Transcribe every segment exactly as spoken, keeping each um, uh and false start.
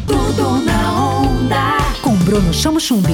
Tudo na Onda. Com Bruno Chamo Chumbi.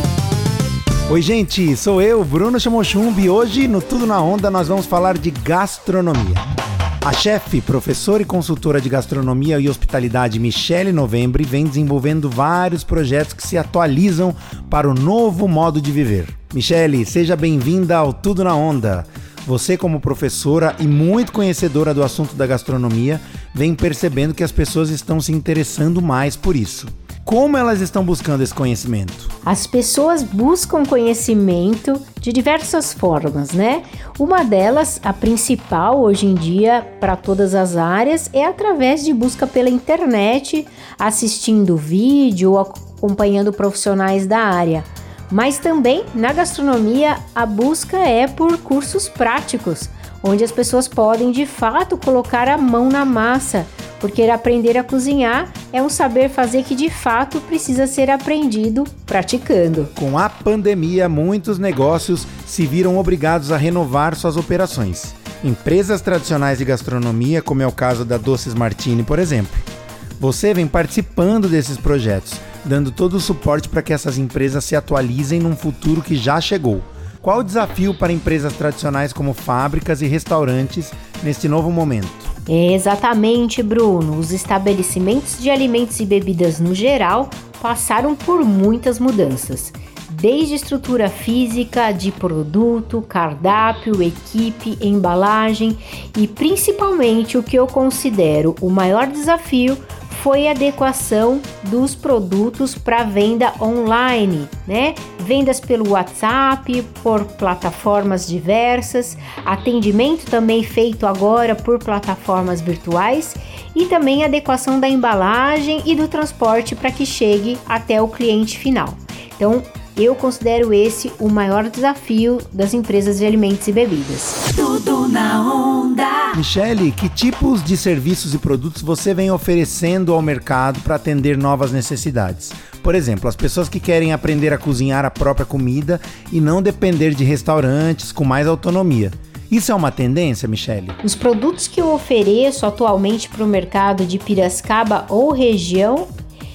Oi, gente, sou eu, Bruno Chamo Chumbi, e hoje no Tudo na Onda nós vamos falar de gastronomia. A chefe, professora e consultora de gastronomia e hospitalidade Michele Novembre vem desenvolvendo vários projetos que se atualizam para o novo modo de viver. Michele, seja bem-vinda ao Tudo na Onda. Você, como professora e muito conhecedora do assunto da gastronomia, vem percebendo que as pessoas estão se interessando mais por isso. Como elas estão buscando esse conhecimento? As pessoas buscam conhecimento de diversas formas, né? Uma delas, a principal hoje em dia para todas as áreas, é através de busca pela internet, assistindo vídeo ou acompanhando profissionais da área. Mas também, na gastronomia, a busca é por cursos práticos, onde as pessoas podem, de fato, colocar a mão na massa, porque aprender a cozinhar é um saber fazer que, de fato, precisa ser aprendido praticando. Com a pandemia, muitos negócios se viram obrigados a renovar suas operações. Empresas tradicionais de gastronomia, como é o caso da Doces Martini, por exemplo. Você vem participando desses projetos, dando todo o suporte para que essas empresas se atualizem num futuro que já chegou. Qual o desafio para empresas tradicionais como fábricas e restaurantes neste novo momento? É exatamente, Bruno. Os estabelecimentos de alimentos e bebidas no geral passaram por muitas mudanças. Desde estrutura física, de produto, cardápio, equipe, embalagem e principalmente o que eu considero o maior desafio foi a adequação dos produtos para venda online, né? Vendas pelo WhatsApp, por plataformas diversas, atendimento também feito agora por plataformas virtuais e também a adequação da embalagem e do transporte para que chegue até o cliente final. Então, eu considero esse o maior desafio das empresas de alimentos e bebidas. Tudo na Onda. Michele, que tipos de serviços e produtos você vem oferecendo ao mercado para atender novas necessidades? Por exemplo, as pessoas que querem aprender a cozinhar a própria comida e não depender de restaurantes com mais autonomia. Isso é uma tendência, Michele? Os produtos que eu ofereço atualmente para o mercado de Piracicaba ou região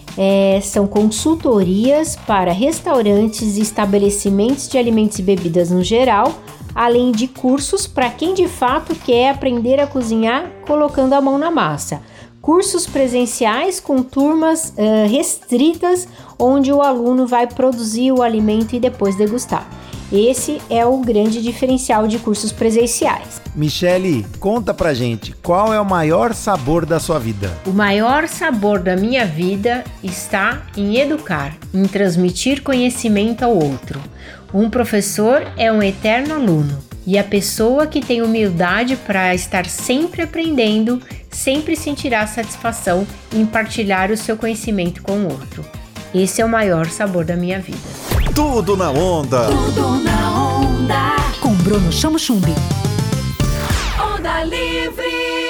É, são consultorias para restaurantes e estabelecimentos de alimentos e bebidas no geral, além de cursos para quem de fato quer aprender a cozinhar colocando a mão na massa. Cursos presenciais com turmas uh, restritas, onde o aluno vai produzir o alimento e depois degustar. Esse é o grande diferencial de cursos presenciais. Michele, conta pra gente, qual é o maior sabor da sua vida? O maior sabor da minha vida está em educar, em transmitir conhecimento ao outro. Um professor é um eterno aluno e a pessoa que tem humildade para estar sempre aprendendo, sempre sentirá satisfação em partilhar o seu conhecimento com o outro. Esse é o maior sabor da minha vida. Tudo na Onda. Tudo na Onda. Com Bruno Chamo Chumbi. Onda Livre.